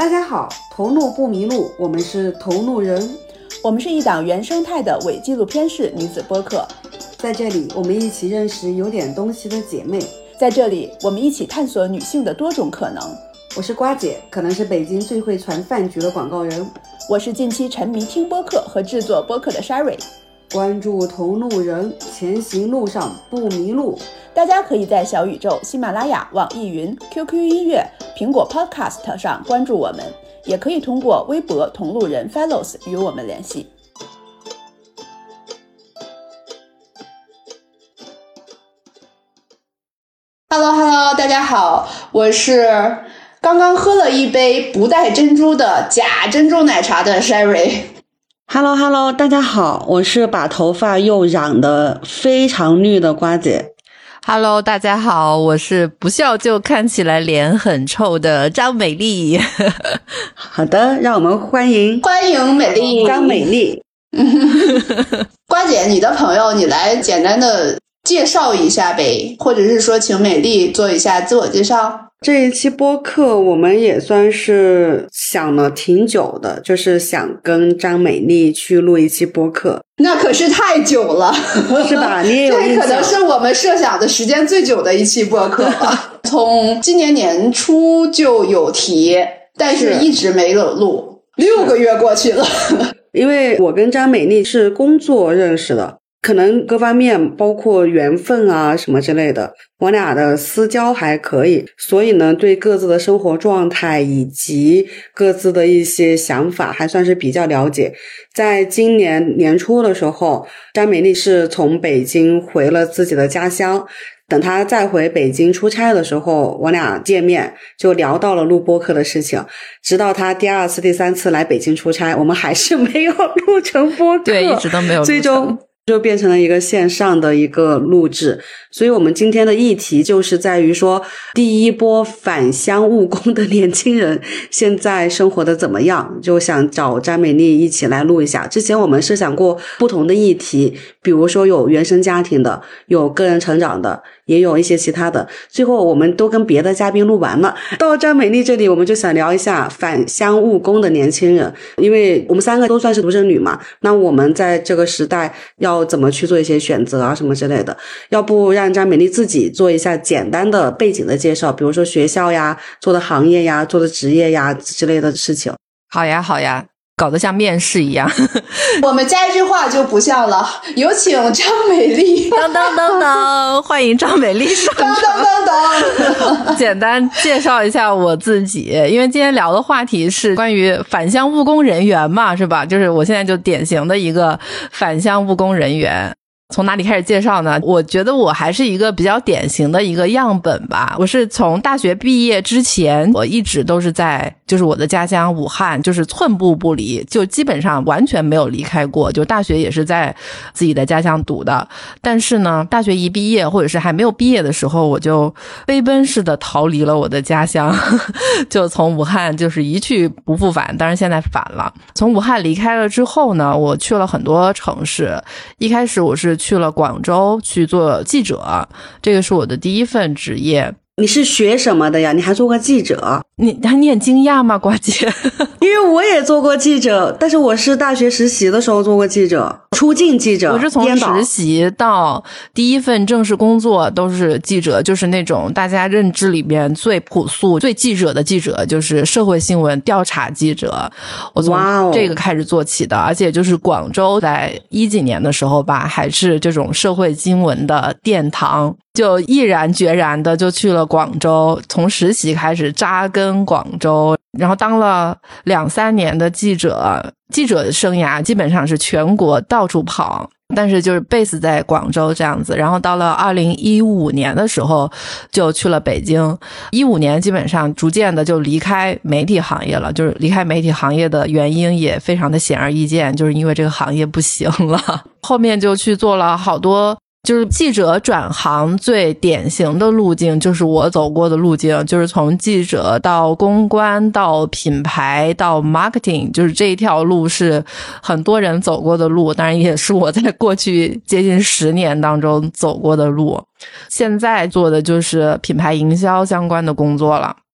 大家好，头怒不迷路，我们是头怒人， 我们是一档原生态的伪纪录片式女子播客， 在这里我们一起认识有点东西的姐妹， 在这里我们一起探索女性的多种可能。 我是瓜姐，可能是北京最会传饭局的广告人。 我是近期沉迷听播客和制作播客的 Sherry。 关注头怒人，前行路上不迷路。 大家可以在小宇宙、喜马拉雅、网易云、QQ 音乐、苹果 Podcast 上关注我们，也可以通过微博同路人 Fellows 与我们联系。Hello， 大家好，我是刚刚喝了一杯不带珍珠的假珍珠奶茶的 Sherry。Hello， 大家好，我是把头发又染得非常绿的瓜姐。 Hello， 大家好，我是不笑就看起来脸很臭的张美丽。 好的，让我们欢迎美丽张美丽。 瓜姐，你的朋友你来简单的介绍一下呗，或者是说请美丽做一下自我介绍。 这一期播客我们也算是想了挺久的，就是想跟张美丽去录一期播客。 那可是太久了， 是吧？你也有印象。 这可能是我们设想的时间最久的一期播客了。从今年年初就有提，但是一直没有录，6个月过去了。 因为我跟张美丽是工作认识的，可能各方面包括缘分啊什么之类的，我俩的私交还可以，所以呢对各自的生活状态以及各自的一些想法还算是比较了解。在今年年初的时候，张美丽是从北京回了自己的家乡，等她再回北京出差的时候，我俩见面就聊到了录播客的事情，直到她第2次第3次来北京出差，我们还是没有录成播客。 对，一直都没有录成， 最终就变成了一个线上的一个录制。所以我们今天的议题就是在于说，第一波返乡务工的年轻人现在生活的怎么样，就想找张美丽一起来录一下。之前我们设想过不同的议题，比如说有原生家庭的，有个人成长的，也有一些其他的，最后我们都跟别的嘉宾录完了，到张美丽这里我们就想聊一下返乡务工的年轻人。因为我们3个都算是独生女嘛，那我们在这个时代要怎么去做一些选择啊什么之类的，要不让张美丽自己做一下简单的背景的介绍，比如说学校呀，做的行业呀，做的职业呀之类的事情。 好呀好呀，搞得像面试一样。 我们加一句话就不像了，有请张美丽。 当当当当，欢迎张美丽上场。 当当当。 简单介绍一下我自己，因为今天聊的话题是关于返乡务工人员嘛，是吧？就是我现在就典型的一个返乡务工人员。从哪里开始介绍呢？我觉得我还是一个比较典型的一个样本吧。我是从大学毕业之前，我一直都是在就是我的家乡武汉，就是寸步不离，就基本上完全没有离开过，就大学也是在自己的家乡读的。但是呢，大学一毕业或者是还没有毕业的时候，我就飞奔似的逃离了我的家乡，就从武汉就是一去不复返，当然现在返了。从武汉离开了之后呢，我去了很多城市。一开始我是去了广州去做记者，这个是我的第一份职业。 你是学什么的呀？你还做过记者？ 你很惊讶吗，瓜姐？ 因为我也做过记者，但是我是大学实习的时候做过记者，出境记者。 我是从实习到第一份正式工作都是记者，就是那种大家认知里边最朴素、最记者的记者，就是社会新闻调查记者。我从这个开始做起的，而且就是广州在10几年的时候吧，还是这种社会新闻的殿堂。就毅然决然的就去了广州，从实习开始扎根广州，然后当了2-3年的记者。记者的生涯基本上是全国到处跑，但是就是 base 在广州这样子。然后到了2015年的时候就去了北京。15年基本上逐渐的就离开媒体行业了，就是离开媒体行业的原因也非常的显而易见，就是因为这个行业不行了。后面就去做了好多，就是记者转行最典型的路径就是我走过的路径，就是从记者到公关到品牌到 marketing， 就是这一条路是很多人走过的路，当然也是我在过去接近10年当中走过的路。现在做的就是品牌营销相关的工作了。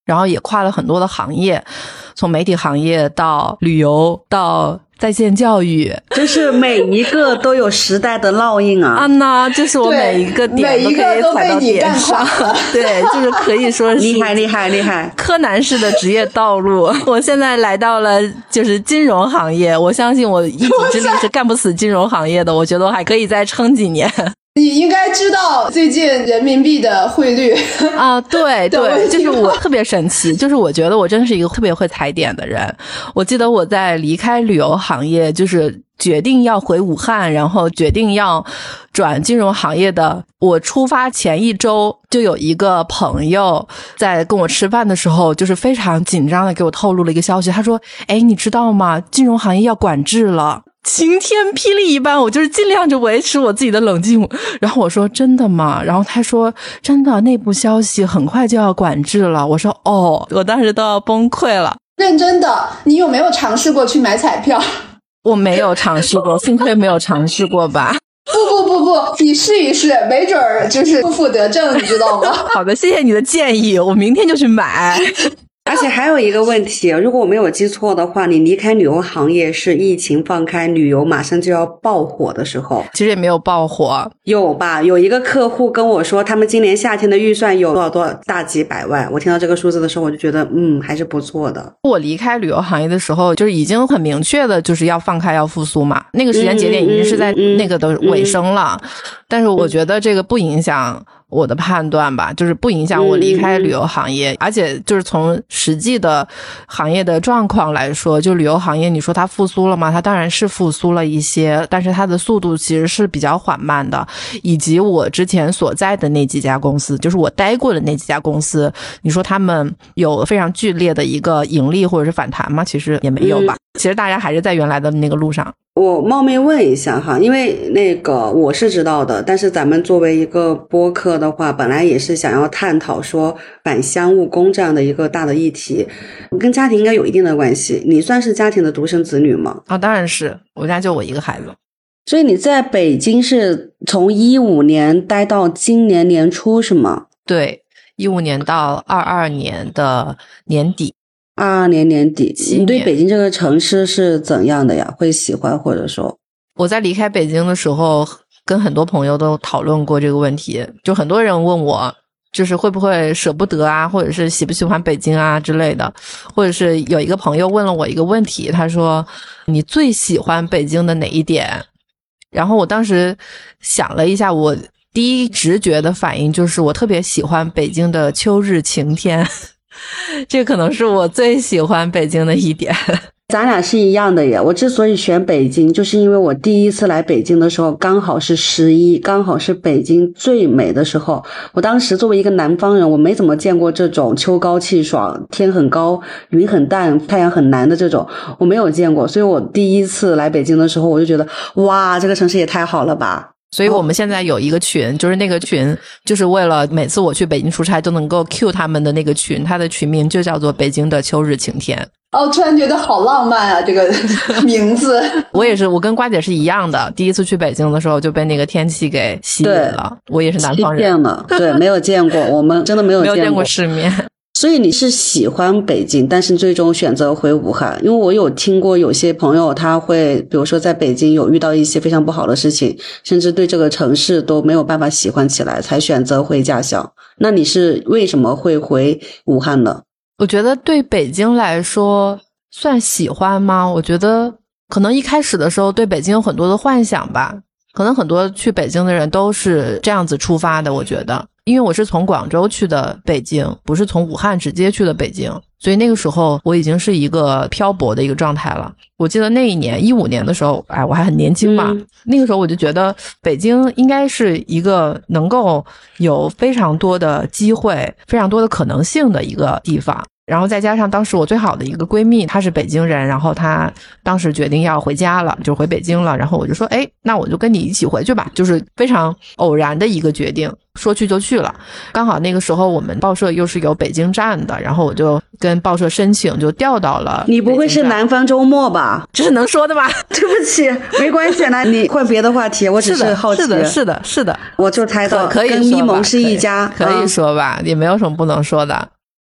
然后也跨了很多的行业，从媒体行业到旅游到在线教育， 就是每一个都有时代的烙印啊！ 啊呐，就是我每一个点都可以踩到点上，对，就是可以说是厉害厉害厉害， 柯南式的职业道路。我现在来到了就是金融行业，我相信我一己之力是干不死金融行业的，我觉得我还可以再撑几年。 你应该知道最近人民币的汇率啊，对对，就是我特别神奇，就是我觉得我真的是一个特别会踩点的人。我记得我在离开旅游行业，就是决定要回武汉，然后决定要转金融行业的，我出发前一周就有一个朋友在跟我吃饭的时候，就是非常紧张的给我透露了一个消息，他说：“哎，你知道吗？金融行业要管制了。”晴天霹雳一般，我就是尽量就维持我自己的冷静。然后我说真的吗？然后他说真的，内部消息很快就要管制了。我说哦，我当时都要崩溃了。 认真的，你有没有尝试过去买彩票？ 我没有尝试过，幸亏没有尝试过吧。 不，你试一试，没准儿就是负负得正，你知道吗？ 好的，谢谢你的建议，我明天就去买。 而且还有一个问题，如果我没有记错的话，你离开旅游行业是疫情放开，旅游马上就要爆火的时候。 其实也没有爆火， 有吧？有一个客户跟我说，他们今年夏天的预算有多少大几百万。我听到这个数字的时候，我就觉得还是不错的。 我离开旅游行业的时候，就是已经很明确的就是要放开要复苏嘛，那个时间节点已经是在那个的尾声了。但是我觉得这个不影响我的判断吧，就是不影响我离开旅游行业。而且就是从实际的行业的状况来说，就旅游行业你说它复苏了吗？它当然是复苏了一些，但是它的速度其实是比较缓慢的。以及我之前所在的那几家公司，就是我待过的那几家公司，你说他们有非常剧烈的一个盈利或者是反弹吗？其实也没有吧。其实大家还是在原来的那个路上。 我冒昧问一下哈，因为那个我是知道的，但是咱们作为一个播客的话，本来也是想要探讨说返乡务工这样的一个大的议题，跟家庭应该有一定的关系。你算是家庭的独生子女吗？ 啊，当然是，我家就我一个孩子。 所以你在北京是从15年待到今年年初是吗？ 对，15年到22年的年底。 22年年底。你对北京这个城市是怎样的呀？会喜欢或者说？ 我在离开北京的时候跟很多朋友都讨论过这个问题，就很多人问我就是会不会舍不得啊，或者是喜不喜欢北京啊之类的。或者是有一个朋友问了我一个问题，他说你最喜欢北京的哪一点？然后我当时想了一下，我第一直觉的反应就是我特别喜欢北京的秋日晴天。这可能是我最喜欢北京的一点。 咱俩是一样的耶，我之所以选北京，就是因为我第一次来北京的时候刚好是11，刚好是北京最美的时候。我当时作为一个南方人，我没怎么见过这种秋高气爽，天很高，云很淡，太阳很蓝的这种，我没有见过。所以我第一次来北京的时候，我就觉得哇，这个城市也太好了吧。 所以我们现在有一个群，就是那个群就是为了每次我去北京出差都能够 cue 他们的那个群，它的群名就叫做北京的秋日晴天。 哦，突然觉得好浪漫啊，这个名字。 我也是，我跟瓜姐是一样的，第一次去北京的时候就被那个天气给吸引了。我也是南方人了，对，没有见过，我们真的没有见过世面。 所以你是喜欢北京，但是最终选择回武汉。因为我有听过有些朋友他会比如说在北京有遇到一些非常不好的事情，甚至对这个城市都没有办法喜欢起来，才选择回家乡。那你是为什么会回武汉呢？ 我觉得对北京来说算喜欢吗？我觉得可能一开始的时候对北京有很多的幻想吧，可能很多去北京的人都是这样子出发的。我觉得因为我是从广州去的北京，不是从武汉直接去的北京，所以那个时候我已经是一个漂泊的一个状态了。我记得那一年15年的时候，我还很年轻嘛，那个时候我就觉得北京应该是一个能够有非常多的机会，非常多的可能性的一个地方。然后再加上当时我最好的一个闺蜜她是北京人，然后她当时决定要回家了，就回北京了，然后我就说那我就跟你一起回去吧，就是非常偶然的一个决定，说去就去了。刚好那个时候我们报社又是有北京站的，然后我就跟报社申请就调到了。 你不会是南方周末吧？ 这是能说的吗？ 对不起，没关系，那你换别的话题，我只是好奇。是的，我就猜到可以跟咪蒙是一家， 可以说吧，也没有什么不能说的。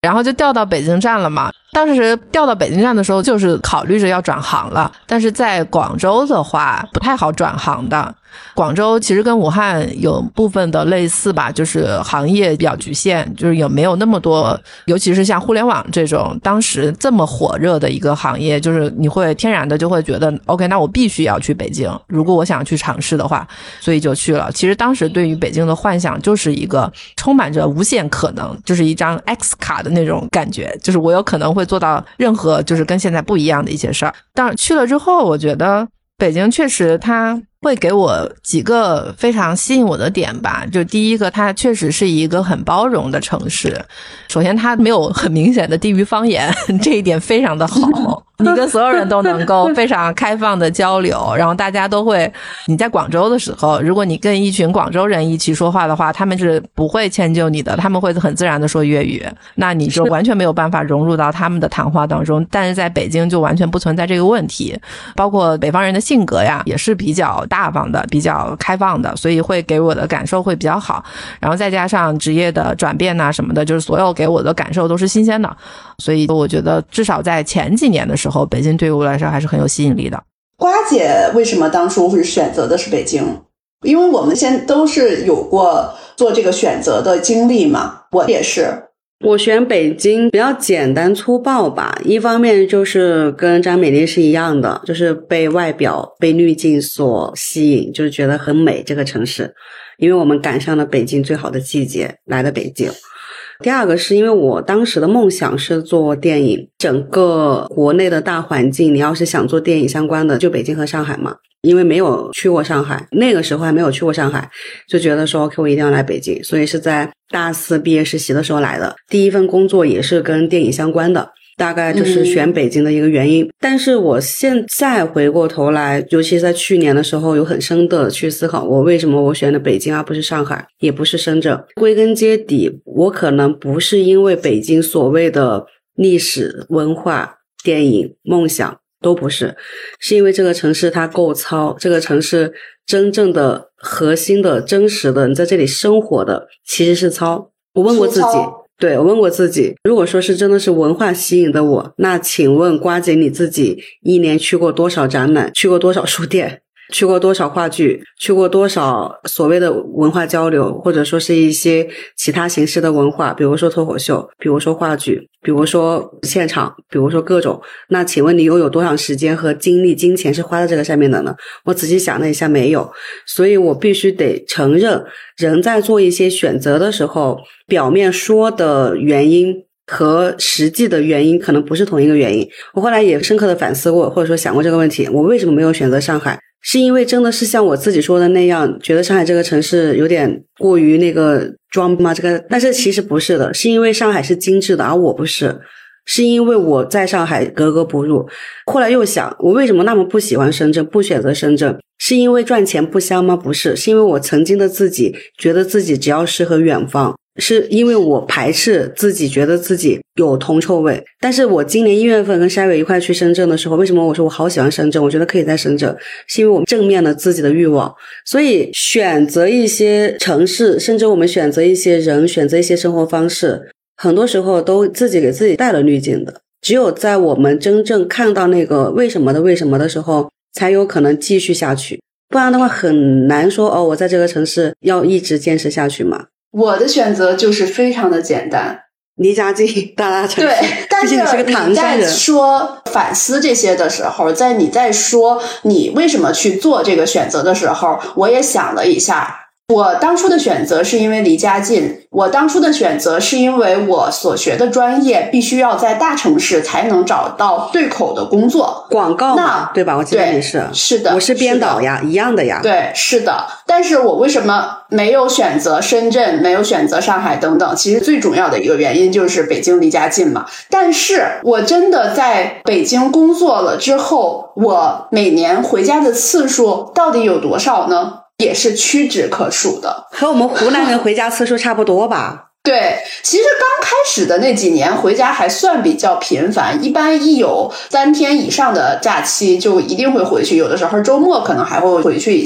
然后就调到北京站了嘛。当时调到北京站的时候就是考虑着要转行了，但是在广州的话不太好转行的。广州其实跟武汉有部分的类似吧，就是行业比较局限，就是也没有那么多，尤其是像互联网这种当时这么火热的一个行业，就是你会天然的就会觉得 OK， 那我必须要去北京，如果我想去尝试的话，所以就去了。其实当时对于北京的幻想就是一个充满着无限可能，就是一张 X 卡的那种感觉，就是我有可能会做到任何就是跟现在不一样的一些事儿。当然去了之后，我觉得北京确实它会给我几个非常吸引我的点吧。就第一个，它确实是一个很包容的城市。首先它没有很明显的地域方言，这一点非常的好，你跟所有人都能够非常开放的交流，然后大家都会，你在广州的时候，如果你跟一群广州人一起说话的话，他们是不会迁就你的，他们会很自然的说粤语，那你就完全没有办法融入到他们的谈话当中。但是在北京就完全不存在这个问题，包括北方人的性格呀也是比较大方的，比较开放的，所以会给我的感受会比较好。然后再加上职业的转变啊什么的，就是所有给我的感受都是新鲜的，所以我觉得至少在前几年的时候，北京对于我来说还是很有吸引力的。 瓜姐为什么当初会选择的是北京？因为我们现在都是有过做这个选择的经历嘛，我也是。 我选北京比较简单粗暴吧，一方面就是跟张美丽是一样的，就是被外表被滤镜所吸引，就是觉得很美这个城市，因为我们赶上了北京最好的季节来的北京。第二个是因为我当时的梦想是做电影，整个国内的大环境，你要是想做电影相关的，就北京和上海嘛。因为没有去过上海，那个时候还没有去过上海，就觉得说 OK 我一定要来北京，所以是在大4毕业实习的时候来的。第一份工作也是跟电影相关的，大概就是选北京的一个原因。但是我现在回过头来，尤其是在去年的时候，有很深的去思考我为什么我选的北京而不是上海，也不是深圳。归根结底，我可能不是因为北京所谓的历史文化电影梦想，都不是，是因为这个城市它够糙，这个城市真正的核心的真实的你在这里生活的其实是糙。我问过自己，对，我问过自己，如果说是真的是文化吸引的我，那请问瓜姐你自己一年去过多少展览，去过多少书店，去过多少话剧，去过多少所谓的文化交流，或者说是一些其他形式的文化，比如说脱口秀，比如说话剧，比如说现场，比如说各种，那请问你又有多长时间和精力金钱是花在这个上面的呢？我仔细想了一下，没有。所以我必须得承认，人在做一些选择的时候，表面说的原因和实际的原因可能不是同一个原因。我后来也深刻的反思过，或者说想过这个问题，我为什么没有选择上海？是因为真的是像我自己说的那样，觉得上海这个城市有点过于那个装吗？但是其实不是的，是因为上海是精致的，而我不是，是因为我在上海格格不入。后来又想，我为什么那么不喜欢深圳，不选择深圳？是因为赚钱不香吗？不是，是因为我曾经的自己觉得自己只要适合远方，是因为我排斥自己，觉得自己有铜臭味。但是我今年1月份跟筛伟一块去深圳的时候，为什么我说我好喜欢深圳，我觉得可以在深圳，是因为我们正面了自己的欲望。所以选择一些城市，甚至我们选择一些人，选择一些生活方式，很多时候都自己给自己带了滤镜的。只有在我们真正看到那个为什么的时候，才有可能继续下去，不然的话很难说我在这个城市要一直坚持下去嘛。 我的选择就是非常的简单， 离家近，大城市。 对，但是你在说反思这些的时候，你在说你为什么去做这个选择的时候，我也想了一下。我当初的选择是因为离家近，我当初的选择是因为我所学的专业必须要在大城市才能找到对口的工作， 广告嘛，对吧？我记得你是的， 我是编导呀，一样的呀。 对，是的。但是我为什么没有选择深圳，没有选择上海等等？其实最重要的一个原因就是北京离家近嘛。但是我真的在北京工作了之后，我每年回家的次数到底有多少呢？也是屈指可数的， 和我们湖南人回家次数差不多吧。 对，其实刚开始的那几年回家还算比较频繁，一般一有3天以上的假期就一定会回去，有的时候周末可能还会回去一下。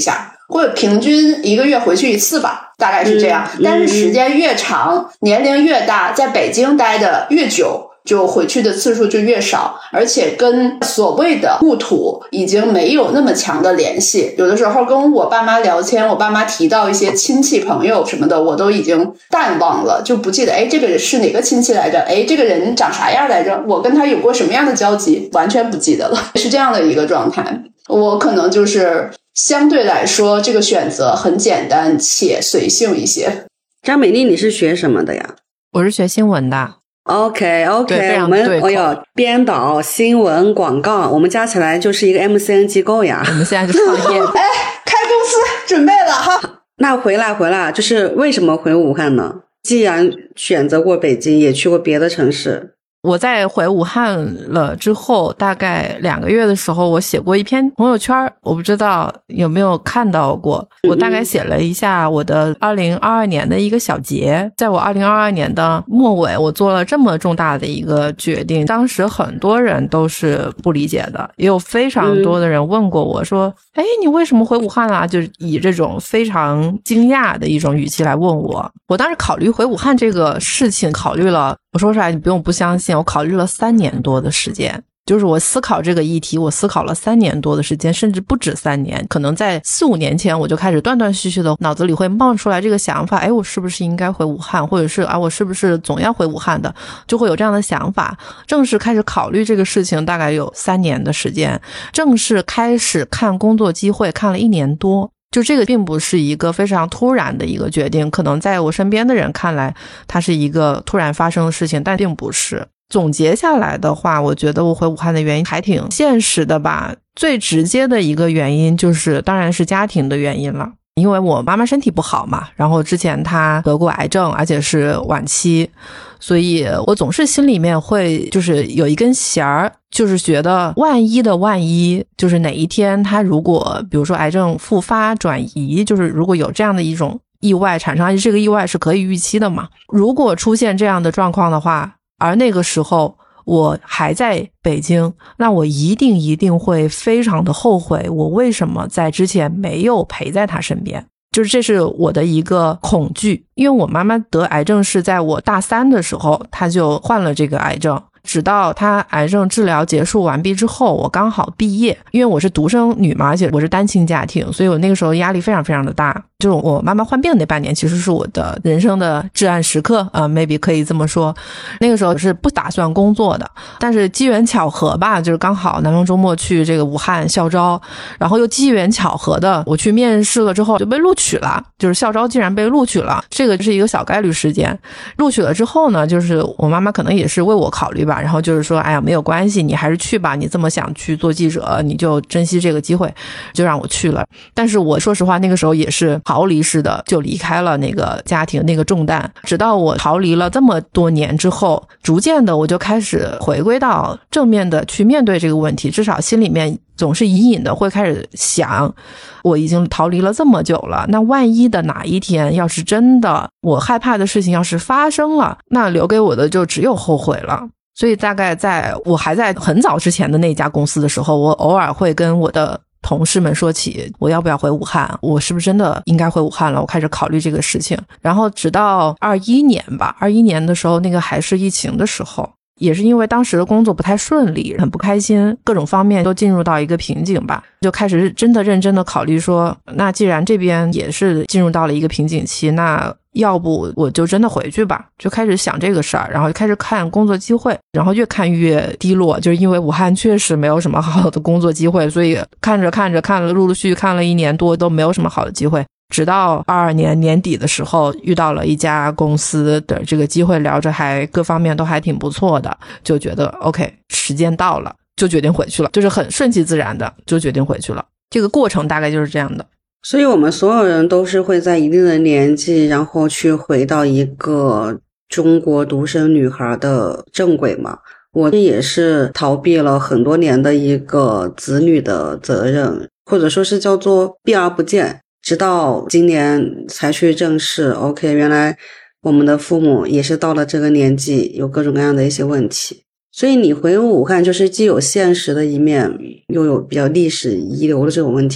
或者平均1个月回去1次吧，大概是这样。但是时间越长，年龄越大，在北京待的越久，就回去的次数就越少，而且跟所谓的故土已经没有那么强的联系。有的时候跟我爸妈聊天，我爸妈提到一些亲戚朋友什么的，我都已经淡忘了，就不记得这个人是哪个亲戚来着，这个人长啥样来着，我跟他有过什么样的交集，完全不记得了，是这样的一个状态。我可能就是相对来说这个选择很简单且随性一些。 张美丽，你是学什么的呀？ 我是学新闻的。 OK， 我们编导、新闻、广告，我们加起来就是一个 MCN 机构呀。 我们现在就创业， 开公司准备了哈。 那回来，就是为什么回武汉呢？既然选择过北京，也去过别的城市。 我在回武汉了之后，大概2个月的时候，我写过一篇朋友圈，我不知道有没有看到过。我大概写了一下我的2022年的一个小结。在我2022年的末尾，我做了这么重大的一个决定，当时很多人都是不理解的，也有非常多的人问过我说你为什么回武汉啊？就是以这种非常惊讶的一种语气来问我。我当时考虑回武汉这个事情，考虑了，我说出来你不用不相信，我考虑了3年多的时间。就是我思考这个议题，我思考了3年多的时间，甚至不止3年。可能在4-5年前，我就开始断断续续的脑子里会冒出来这个想法，我是不是应该回武汉，或者是我是不是总要回武汉的，就会有这样的想法。正式开始考虑这个事情大概有3年的时间，正式开始看工作机会看了1年多。就这个并不是一个非常突然的一个决定，可能在我身边的人看来它是一个突然发生的事情，但并不是。总结下来的话，我觉得我回武汉的原因还挺现实的吧。最直接的一个原因就是当然是家庭的原因了，因为我妈妈身体不好嘛，然后之前她得过癌症，而且是晚期，所以我总是心里面会就是有一根弦儿，就是觉得万一就是哪一天她如果比如说癌症复发转移，就是如果有这样的一种意外产生，而且这个意外是可以预期的嘛，如果出现这样的状况的话，而那个时候我还在北京，那我一定会非常的后悔我为什么在之前没有陪在他身边。就是这是我的一个恐惧，因为我妈妈得癌症是在我大3的时候她就患了这个癌症，直到她癌症治疗结束完毕之后，我刚好毕业。因为我是独生女嘛，而且我是单亲家庭，所以我那个时候压力非常非常的大。就是我妈妈患病的那半年其实是我的人生的至暗时刻maybe 可以这么说。那个时候是不打算工作的，但是机缘巧合吧，就是刚好南方周末去这个武汉校招，然后又机缘巧合的我去面试了之后就被录取了，就是校招竟然被录取了，这个是一个小概率事件。录取了之后呢，就是我妈妈可能也是为我考虑吧，然后就是说没有关系，你还是去吧，你这么想去做记者，你就珍惜这个机会，就让我去了。但是我说实话那个时候也是逃离似的就离开了那个家庭那个重担，直到我逃离了这么多年之后，逐渐的我就开始回归到正面的去面对这个问题，至少心里面总是隐隐的会开始想，我已经逃离了这么久了，那万一的哪一天要是真的我害怕的事情要是发生了，那留给我的就只有后悔了。所以大概在我还在很早之前的那家公司的时候，我偶尔会跟我的同事们说起我要不要回武汉，我是不是真的应该回武汉了，我开始考虑这个事情。然后直到21年吧，21年的时候那个还是疫情的时候，也是因为当时的工作不太顺利，很不开心，各种方面都进入到一个瓶颈吧，就开始真的认真的考虑说，那既然这边也是进入到了一个瓶颈期，那要不我就真的回去吧，就开始想这个事儿，然后就开始看工作机会，然后越看越低落，就是因为武汉确实没有什么好的工作机会，所以看了陆续看了1年多都没有什么好的机会，直到22年年底的时候遇到了一家公司的这个机会，聊着还各方面都还挺不错的，就觉得 OK 时间到了，就决定回去了，就是很顺其自然的就决定回去了。这个过程大概就是这样的。 所以我们所有人都是会在一定的年纪，然后去回到一个中国独生女孩的正轨嘛。我也是逃避了很多年的一个子女的责任，或者说是叫做避而不见，直到今年才去正视 OK 原来我们的父母也是到了这个年纪，有各种各样的一些问题。所以你回武汉就是既有现实的一面，又有比较历史遗留的这种问题在。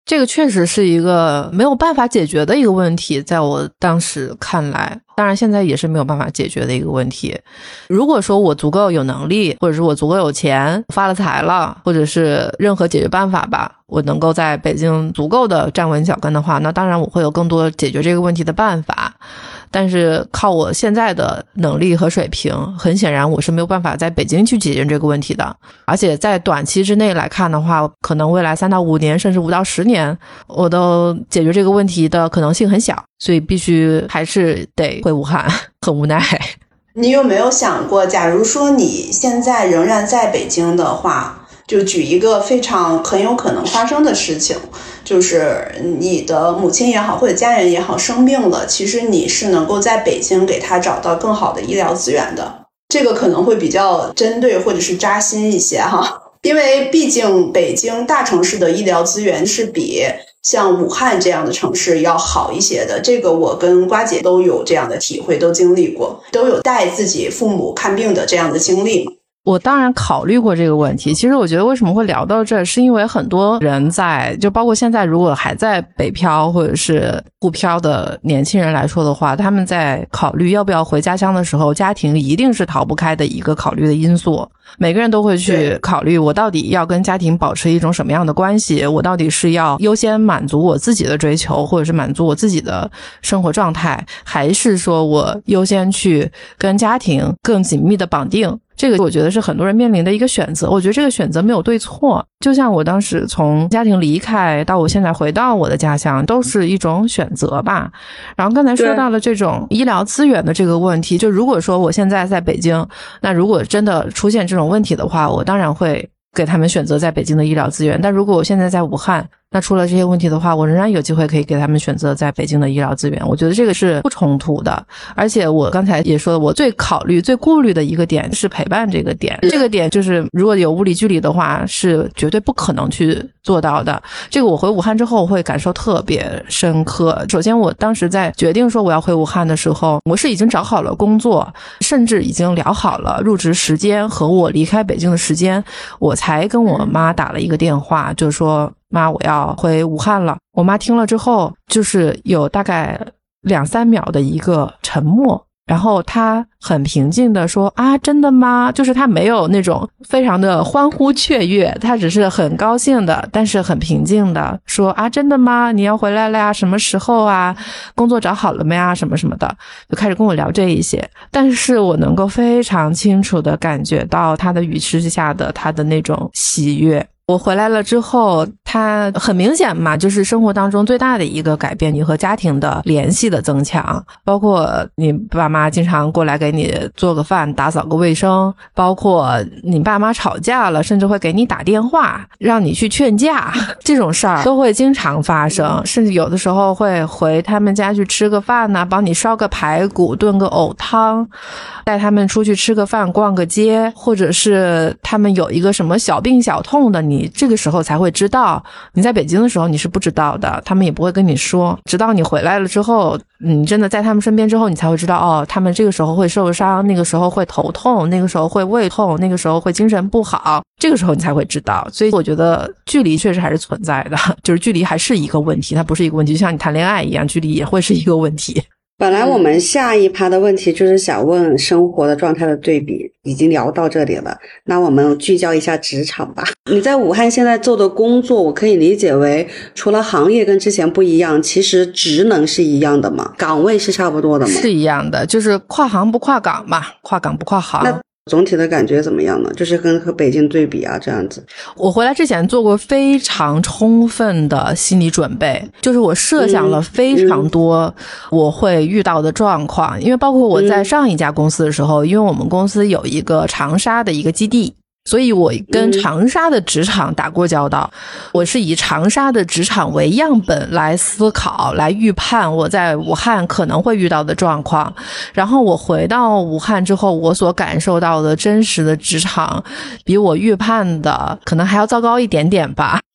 这个确实是一个没有办法解决的一个问题，在我当时看来，当然现在也是没有办法解决的一个问题。如果说我足够有能力，或者是我足够有钱，发了财了，或者是任何解决办法吧，我能够在北京足够的站稳脚跟的话，那当然我会有更多解决这个问题的办法。但是靠我现在的能力和水平，很显然我是没有办法在北京去解决这个问题的。而且在短期之内来看的话，可能未来3到5年甚至5到10年，我都解决这个问题的可能性很小，所以必须还是得回武汉，很无奈。 你有没有想过，假如说你现在仍然在北京的话，就举一个非常很有可能发生的事情，就是你的母亲也好，或者家人也好生病了，其实你是能够在北京给他找到更好的医疗资源的。这个可能会比较针对或者是扎心一些哈，因为毕竟北京大城市的医疗资源是比像武汉这样的城市要好一些的，这个我跟瓜姐都有这样的体会，都经历过，都有带自己父母看病的这样的经历。 我当然考虑过这个问题，其实我觉得为什么会聊到这，是因为很多人就包括现在如果还在北漂或者是沪漂的年轻人来说的话，他们在考虑要不要回家乡的时候，家庭一定是逃不开的一个考虑的因素。每个人都会去考虑，我到底要跟家庭保持一种什么样的关系，我到底是要优先满足我自己的追求，或者是满足我自己的生活状态，还是说我优先去跟家庭更紧密的绑定。这个我觉得是很多人面临的一个选择，我觉得这个选择没有对错，就像我当时从家庭离开到我现在回到我的家乡，都是一种选择吧。然后刚才说到了这种医疗资源的这个问题，就如果说我现在在北京，那如果真的出现这种问题的话，我当然会给他们选择在北京的医疗资源，但如果我现在在武汉，那出了这些问题的话，我仍然有机会可以给他们选择在北京的医疗资源，我觉得这个是不冲突的。而且我刚才也说，我最考虑最顾虑的一个点是陪伴这个点，这个点就是如果有物理距离的话是绝对不可能去做到的。这个我回武汉之后会感受特别深刻。首先我当时在决定说我要回武汉的时候，我是已经找好了工作，甚至已经聊好了入职时间和我离开北京的时间，我才跟我妈打了一个电话，就是说妈，我要回武汉了。我妈听了之后就是有大概2-3秒的一个沉默，然后她很平静的说啊，真的吗？就是她没有那种非常的欢呼雀跃，她只是很高兴的，但是很平静的说啊，真的吗？你要回来了呀？什么时候啊？工作找好了没啊？什么什么的，就开始跟我聊这一些。但是我能够非常清楚的感觉到她的语气下的她的那种喜悦。我回来了之后，他很明显嘛，就是生活当中最大的一个改变，你和家庭的联系的增强，包括你爸妈经常过来给你做个饭，打扫个卫生，包括你爸妈吵架了，甚至会给你打电话让你去劝架，这种事儿都会经常发生，甚至有的时候会回他们家去吃个饭呢，帮你烧个排骨，炖个藕汤，带他们出去吃个饭，逛个街，或者是他们有一个什么小病小痛的，你这个时候才会知道。你在北京的时候你是不知道的，他们也不会跟你说，直到你回来了之后，你真的在他们身边之后，你才会知道，哦，他们这个时候会受伤，那个时候会头痛，那个时候会胃痛，那个时候会精神不好，这个时候你才会知道。所以我觉得距离确实还是存在的，就是距离还是一个问题，它不是一个问题，就像你谈恋爱一样，距离也会是一个问题。 本来我们下一趴的问题就是想问生活的状态的对比，已经聊到这里了，那我们聚焦一下职场吧。你在武汉现在做的工作，我可以理解为除了行业跟之前不一样，其实职能是一样的吗？岗位是差不多的吗？ 是一样的，就是跨行不跨岗嘛，跨岗不跨行。 那总体的感觉怎么样呢？就是跟和北京对比啊，这样子。 我回来之前做过非常充分的心理准备，就是我设想了非常多我会遇到的状况，因为包括我在上一家公司的时候，因为我们公司有一个长沙的一个基地，所以我跟长沙的职场打过交道，我是以长沙的职场为样本来思考，来预判我在武汉可能会遇到的状况。然后我回到武汉之后，我所感受到的真实的职场比我预判的可能还要糟糕一点点吧。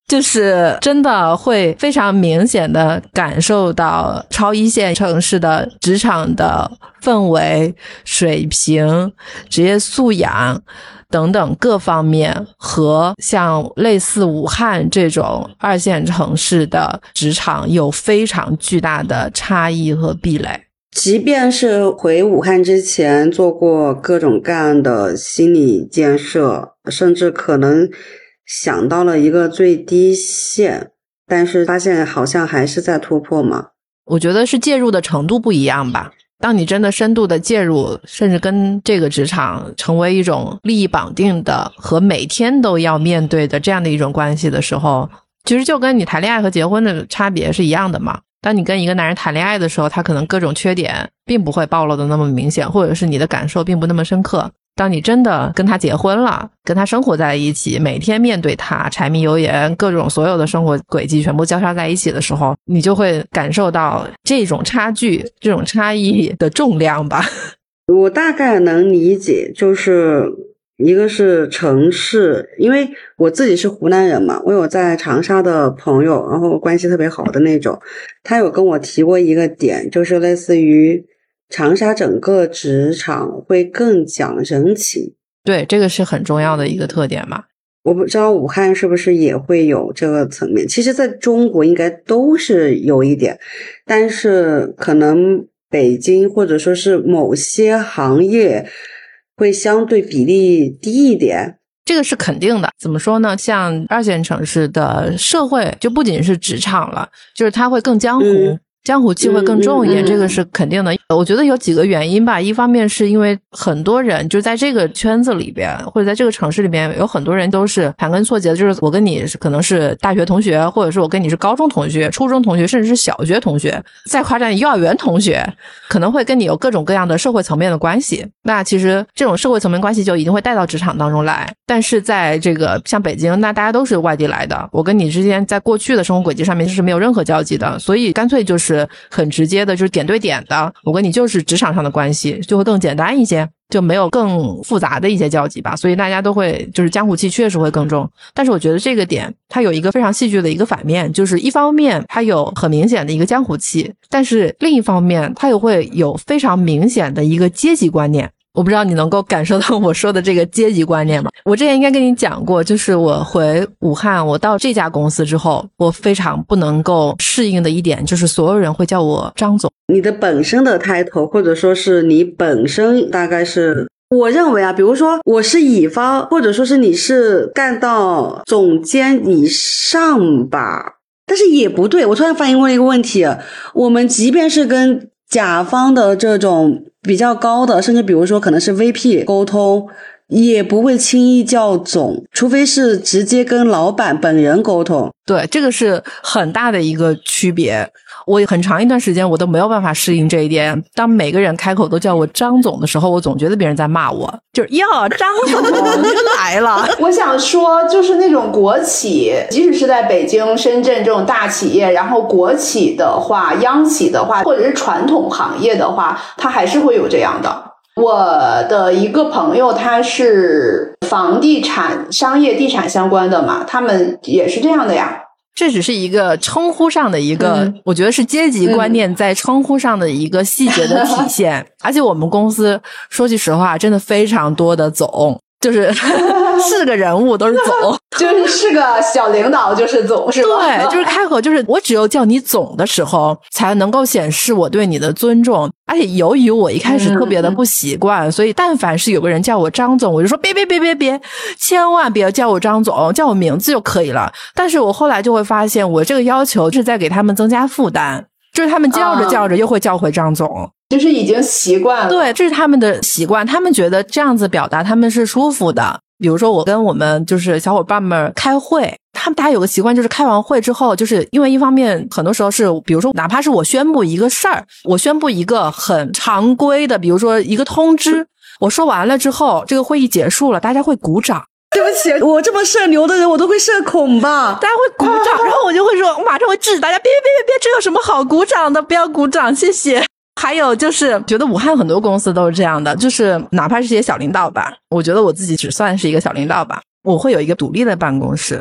就是真的会非常明显的感受到超一线城市的职场的氛围、水平、职业素养等等各方面和像类似武汉这种二线城市的职场有非常巨大的差异和壁垒。 即便是回武汉之前做过各种各样的心理建设，甚至可能想到了一个最低线，但是发现好像还是在突破嘛。 我觉得是介入的程度不一样吧。当你真的深度的介入，甚至跟这个职场成为一种利益绑定的和每天都要面对的这样的一种关系的时候，其实就跟你谈恋爱和结婚的差别是一样的嘛。当你跟一个男人谈恋爱的时候，他可能各种缺点并不会暴露的那么明显，或者是你的感受并不那么深刻。当你真的跟他结婚了，跟他生活在一起，每天面对他柴米油盐各种所有的生活轨迹全部交叉在一起的时候，你就会感受到这种差距，这种差异的重量吧。 我大概能理解，就是一个是城市，因为我自己是湖南人嘛，我有在长沙的朋友，然后关系特别好的那种，他有跟我提过一个点，就是类似于长沙整个职场会更讲人情。 对，这个是很重要的一个特点嘛。 我不知道武汉是不是也会有这个层面，其实在中国应该都是有一点，但是可能北京或者说是某些行业会相对比例低一点。 这个是肯定的。怎么说呢，像二线城市的社会就不仅是职场了，就是它会更江湖，江湖气会更重一点，这个是肯定的。我觉得有几个原因吧，一方面是因为很多人就在这个圈子里边，或者在这个城市里边，有很多人都是盘根错节的，就是我跟你可能是大学同学，或者是我跟你是高中同学、初中同学，甚至是小学同学，再夸张幼儿园同学，可能会跟你有各种各样的社会层面的关系。那其实这种社会层面关系就一定会带到职场当中来。但是在这个像北京，那大家都是外地来的，我跟你之间在过去的生活轨迹上面是没有任何交集的，所以干脆就是很直接的，就是点对点的，我跟你就是职场上的关系，就会更简单一些，就没有更复杂的一些交集吧，所以大家都会就是江湖气确实会更重。但是我觉得这个点它有一个非常戏剧的一个反面，就是一方面它有很明显的一个江湖气，但是另一方面它又会有非常明显的一个阶级观念。我不知道你能够感受到我说的这个阶级观念吗？我之前应该跟你讲过，就是我回武汉，我到这家公司之后，我非常不能够适应的一点就是所有人会叫我张总。 你的本身的title，或者说是你本身大概是，我认为啊，比如说我是乙方，或者说是你是干到总监以上吧，但是也不对。我突然反应过一个问题，我们即便是跟甲方的这种比较高的，甚至比如说可能是 VP 沟通，也不会轻易叫总，除非是直接跟老板本人沟通。 对，这个是很大的一个区别。我很长一段时间我都没有办法适应这一点，当每个人开口都叫我张总的时候，我总觉得别人在骂我，就是哟张总你来了。 我想说就是那种国企，即使是在北京深圳这种大企业，然后国企的话，央企的话，或者是传统行业的话，它还是会有这样的。我的一个朋友他是房地产商业地产相关的嘛，他们也是这样的呀。 这只是一个称呼上的一个，我觉得是阶级观念在称呼上的一个细节的体现。而且我们公司说句实话，真的非常多的总，就是是个人物都是总， 就是个小领导就是总，是吧？ 对，就是开口就是我只有叫你总的时候，才能够显示我对你的尊重。而且由于我一开始特别的不习惯，所以但凡是有个人叫我张总，我就说别，千万别叫我张总，叫我名字就可以了。但是我后来就会发现，我这个要求是在给他们增加负担，就是他们叫着叫着又会叫回张总。 就是已经习惯了。 对，这是他们的习惯，他们觉得这样子表达他们是舒服的。比如说我跟我们就是小伙伴们开会，他们大家有个习惯，就是开完会之后，就是因为一方面很多时候是比如说哪怕是我宣布一个事儿，我宣布一个很常规的比如说一个通知，我说完了之后这个会议结束了，大家会鼓掌。 对不起，我这么社牛的人我都会社恐吧， 大家会鼓掌，然后我就会说，我马上会制止大家别，这有什么好鼓掌的，不要鼓掌，谢谢。还有就是觉得武汉很多公司都是这样的，就是哪怕是些小领导吧，我觉得我自己只算是一个小领导吧，我会有一个独立的办公室，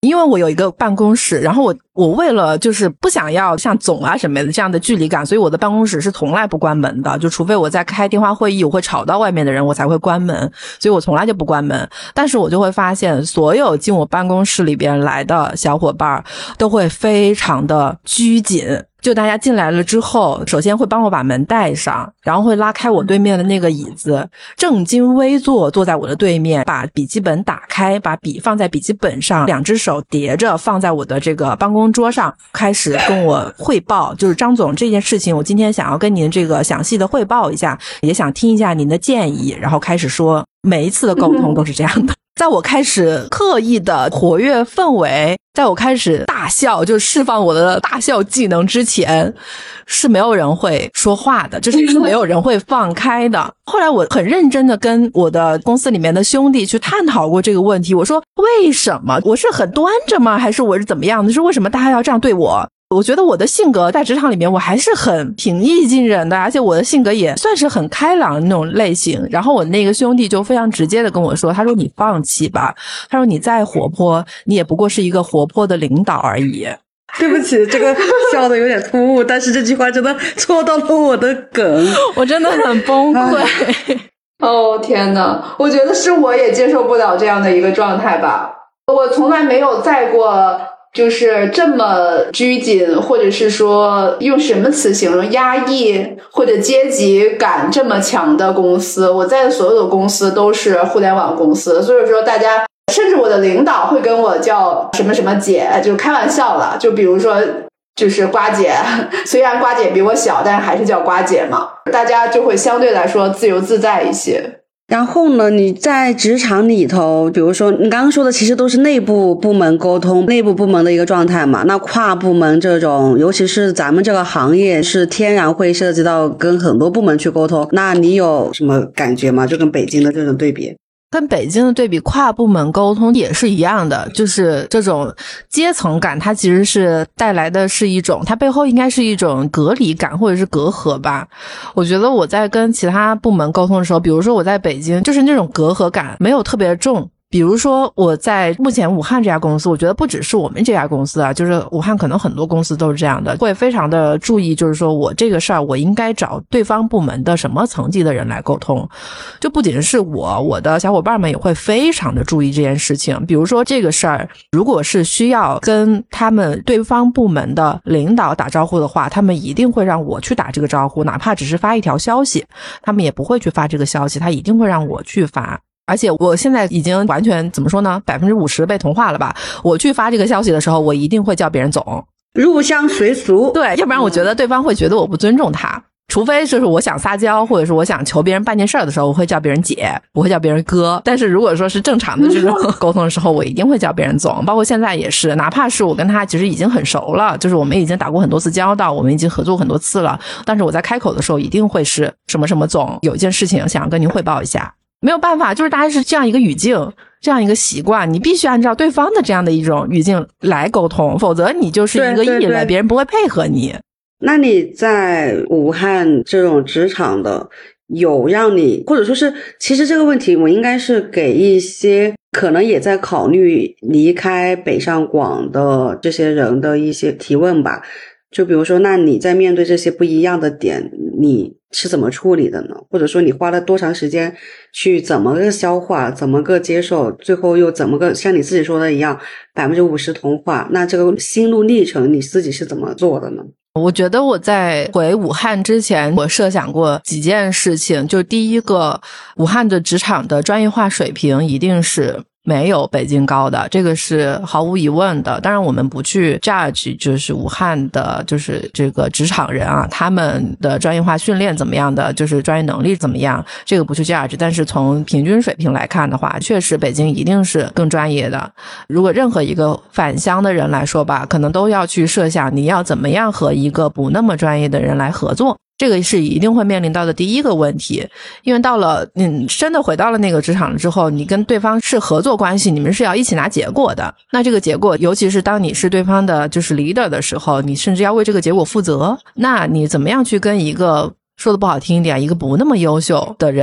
因为我有一个办公室，然后我为了就是不想要像总啊什么的这样的距离感，所以我的办公室是从来不关门的，就除非我在开电话会议我会吵到外面的人我才会关门，所以我从来就不关门。但是我就会发现所有进我办公室里边来的小伙伴都会非常的拘谨，就大家进来了之后，首先会帮我把门带上，然后会拉开我对面的那个椅子，正襟危坐坐在我的对面，把笔记本打开，把笔放在笔记本上，两只手叠着放在我的这个办公桌上，开始跟我汇报，就是张总这件事情我今天想要跟您这个详细的汇报一下，也想听一下您的建议，然后开始说，每一次的沟通都是这样的。在我开始刻意的活跃氛围，在我开始大笑，就释放我的大笑技能之前，是没有人会说话的，就是没有人会放开的。后来我很认真的跟我的公司里面的兄弟去探讨过这个问题，我说为什么？我是很端着吗？还是我是怎么样的？就是为什么大家要这样对我？我觉得我的性格在职场里面我还是很平易近人的，而且我的性格也算是很开朗的那种类型。然后我那个兄弟就非常直接的跟我说，他说你放弃吧，他说你再活泼你也不过是一个活泼的领导而已。 对不起，这个笑的有点突兀，但是这句话真的戳到了我的梗， 我真的很崩溃。 哦天哪，我觉得是我也接受不了这样的一个状态吧。我从来没有在过就是这么拘谨，或者是说用什么词形容压抑或者阶级感这么强的公司。我在的所有的公司都是互联网公司，所以说大家甚至我的领导会跟我叫什么什么姐，就开玩笑了，就比如说就是瓜姐，虽然瓜姐比我小，但是还是叫瓜姐嘛，大家就会相对来说自由自在一些。 然后呢，你在职场里头，比如说你刚刚说的其实都是内部部门沟通，内部部门的一个状态嘛，那跨部门这种，尤其是咱们这个行业是天然会涉及到跟很多部门去沟通，那你有什么感觉吗？就跟北京的这种对比。 跟北京的对比，跨部门沟通也是一样的，就是这种阶层感它其实是带来的是一种，它背后应该是一种隔离感或者是隔阂吧。我觉得我在跟其他部门沟通的时候，比如说我在北京，就是那种隔阂感没有特别重。比如说我在目前武汉这家公司，我觉得不只是我们这家公司啊，就是武汉可能很多公司都是这样的，会非常的注意，就是说我这个事儿我应该找对方部门的什么层级的人来沟通。就不仅是我的小伙伴们也会非常的注意这件事情。比如说这个事儿如果是需要跟他们对方部门的领导打招呼的话，他们一定会让我去打这个招呼，哪怕只是发一条消息，他们也不会去发这个消息，他一定会让我去发。而且我现在已经完全怎么说呢，50%被同化了吧。我去发这个消息的时候，我一定会叫别人总， 入乡随俗。 对，要不然我觉得对方会觉得我不尊重他。除非就是我想撒娇，或者是我想求别人办件事儿的时候，我会叫别人姐，我会叫别人哥。但是如果说是正常的这种沟通的时候，我一定会叫别人总。包括现在也是，哪怕是我跟他其实已经很熟了，就是我们已经打过很多次交道，我们已经合作很多次了，但是我在开口的时候一定会是什么什么总，有一件事情想要跟您汇报一下。没有办法，就是大家是这样一个语境，这样一个习惯，你必须按照对方的这样的一种语境来沟通，否则你就是一个异类，别人不会配合你。 那你在武汉这种职场的，有让你，或者说是，其实这个问题我应该是给一些可能也在考虑离开北上广的这些人的一些提问吧。就比如说，那你在面对这些不一样的点，你是怎么处理的呢？或者说你花了多长时间去怎么个消化，怎么个接受，最后又怎么个像你自己说的一样50%同化，那这个心路历程你自己是怎么做的呢？ 我觉得我在回武汉之前，我设想过几件事情。就第一个，武汉的职场的专业化水平一定是没有北京高的，这个是毫无疑问的。当然我们不去 judge 就是武汉的就是这个职场人啊，他们的专业化训练怎么样的，就是专业能力怎么样，这个不去 judge。但是从平均水平来看的话，确实北京一定是更专业的。如果任何一个返乡的人来说吧，可能都要去设想你要怎么样和一个不那么专业的人来合作，这个是一定会面临到的第一个问题。因为到了你真的回到了那个职场之后，你跟对方是合作关系，你们是要一起拿结果的。那这个结果，尤其是当你是对方的就是 leader 的时候，你甚至要为这个结果负责。那你怎么样去跟一个说的不好听一点，一个不那么优秀的人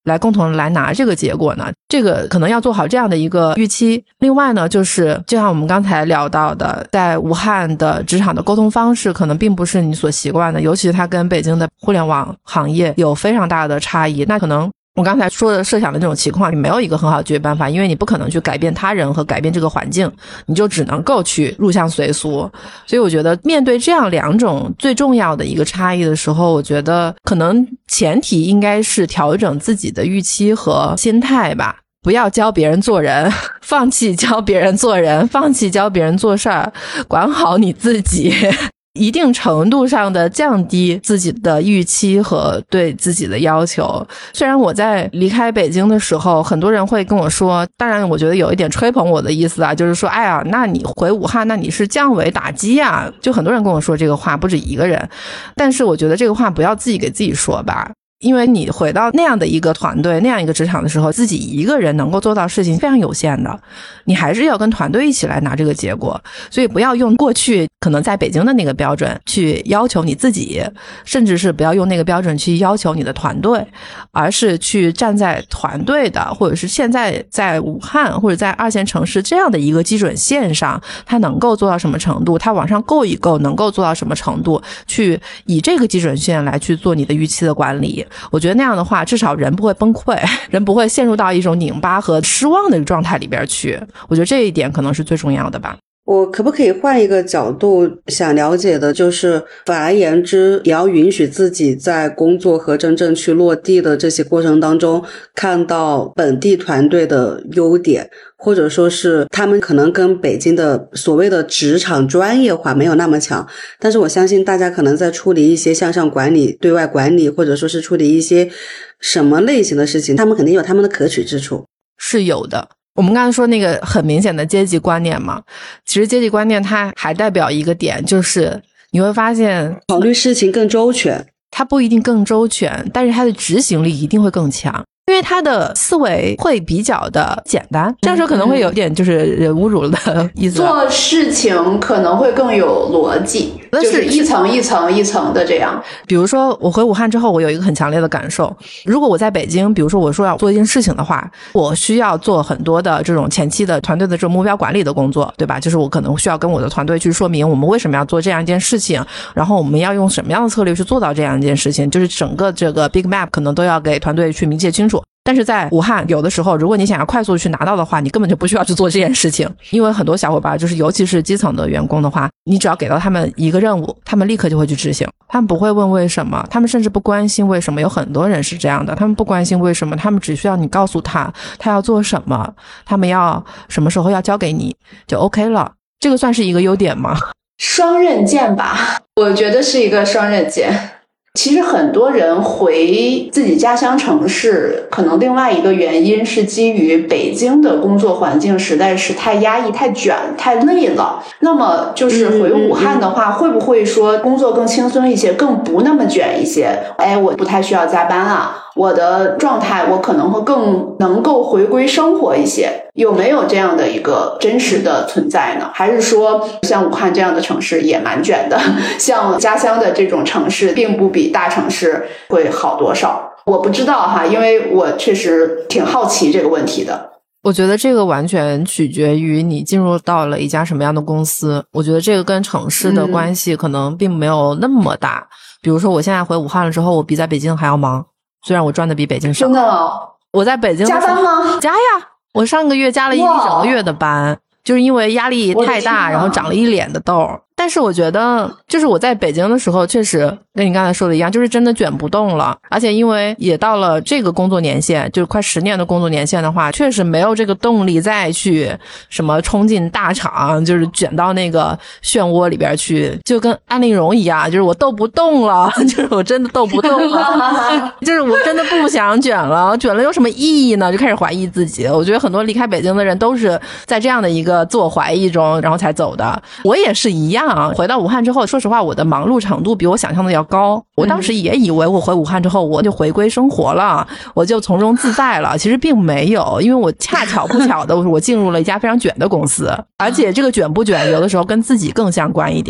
来共同来拿这个结果呢？这个可能要做好这样的一个预期。另外呢，就是就像我们刚才聊到的，在武汉的职场的沟通方式可能并不是你所习惯的，尤其是它跟北京的互联网行业有非常大的差异。那可能我刚才说的设想的这种情况，你没有一个很好的解决办法，因为你不可能去改变他人和改变这个环境，你就只能够去入乡随俗。所以我觉得面对这样两种最重要的一个差异的时候，我觉得可能前提应该是调整自己的预期和心态吧。不要教别人做人，放弃教别人做人，放弃教别人做事儿，管好你自己。一定程度上的降低自己的预期和对自己的要求。虽然我在离开北京的时候，很多人会跟我说，当然我觉得有一点吹捧我的意思啊，就是说哎呀，那你回武汉那你是降维打击啊，就很多人跟我说这个话，不止一个人。但是我觉得这个话不要自己给自己说吧，因为你回到那样的一个团队，那样一个职场的时候，自己一个人能够做到事情非常有限的，你还是要跟团队一起来拿这个结果。所以不要用过去可能在北京的那个标准去要求你自己，甚至是不要用那个标准去要求你的团队，而是去站在团队的，或者是现在在武汉或者在二线城市这样的一个基准线上，它能够做到什么程度，它往上够一够能够做到什么程度，去以这个基准线来去做你的预期的管理。我觉得那样的话，至少人不会崩溃，人不会陷入到一种拧巴和失望的状态里边去。我觉得这一点可能是最重要的吧。 我可不可以换一个角度想了解的，就是反而言之，也要允许自己在工作和真正去落地的这些过程当中，看到本地团队的优点，或者说是他们可能跟北京的所谓的职场专业化没有那么强，但是我相信大家可能在处理一些向上管理、对外管理，或者说是处理一些什么类型的事情，他们肯定有他们的可取之处。 是有的。我们刚才说那个很明显的阶级观念嘛，其实阶级观念它还代表一个点，就是你会发现考虑事情更周全， 它不一定更周全，但是它的执行力一定会更强，因为他的思维会比较的简单。这样说可能会有点就是侮辱的意思， 做事情可能会更有逻辑，就是一层一层一层的这样。 比如说我回武汉之后，我有一个很强烈的感受，如果我在北京，比如说我说要做一件事情的话，我需要做很多的这种前期的团队的这种目标管理的工作，对吧？就是我可能需要跟我的团队去说明我们为什么要做这样一件事情，然后我们要用什么样的策略去做到这样一件事情，就是整个这个 big map 可能都要给团队去明确清楚。但是在武汉有的时候，如果你想要快速去拿到的话，你根本就不需要去做这件事情，因为很多小伙伴就是尤其是基层的员工的话，你只要给到他们一个任务，他们立刻就会去执行，他们不会问为什么，他们甚至不关心为什么。有很多人是这样的，他们不关心为什么，他们只需要你告诉他要做什么，他们要什么时候要交给你就 OK 了。这个算是一个优点吗？ 双刃剑吧，我觉得是一个双刃剑。其实很多人回自己家乡城市，可能另外一个原因是基于北京的工作环境实在是太压抑、太卷、太累了。那么就是回武汉的话，会不会说工作更轻松一些，更不那么卷一些？哎，我不太需要加班啊，我的状态我可能会更能够回归生活一些。有没有这样的一个真实的存在呢？还是说像武汉这样的城市也蛮卷的，像家乡的这种城市并不比大城市会好多少？我不知道哈，因为我确实挺好奇这个问题的。 我觉得这个完全取决于你进入到了一家什么样的公司，我觉得这个跟城市的关系可能并没有那么大。比如说我现在回武汉了之后，我比在北京还要忙，虽然我赚的比北京少。 真的哦？ 我在北京加班吗？ 加呀，我上个月加了一整个月的班，就是因为压力太大，然后长了一脸的痘。但是我觉得就是我在北京的时候确实跟你刚才说的一样，就是真的卷不动了，而且因为也到了这个工作年限，就是快10年的工作年限的话，确实没有这个动力再去什么冲进大厂，就是卷到那个漩涡里边去，就跟安陵容一样，就是我斗不动了，就是我真的斗不动了就是我真的不想卷了，卷了有什么意义呢？就开始怀疑自己。我觉得很多离开北京的人都是在这样的一个自我怀疑中然后才走的，我也是一样。回到武汉之后，说实话我的忙碌程度比我想象的要高，我当时也以为我回武汉之后我就回归生活了，我就从容自在了，其实并没有，因为我恰巧不巧的我进入了一家非常卷的公司，而且这个卷不卷有的时候跟自己更相关一点。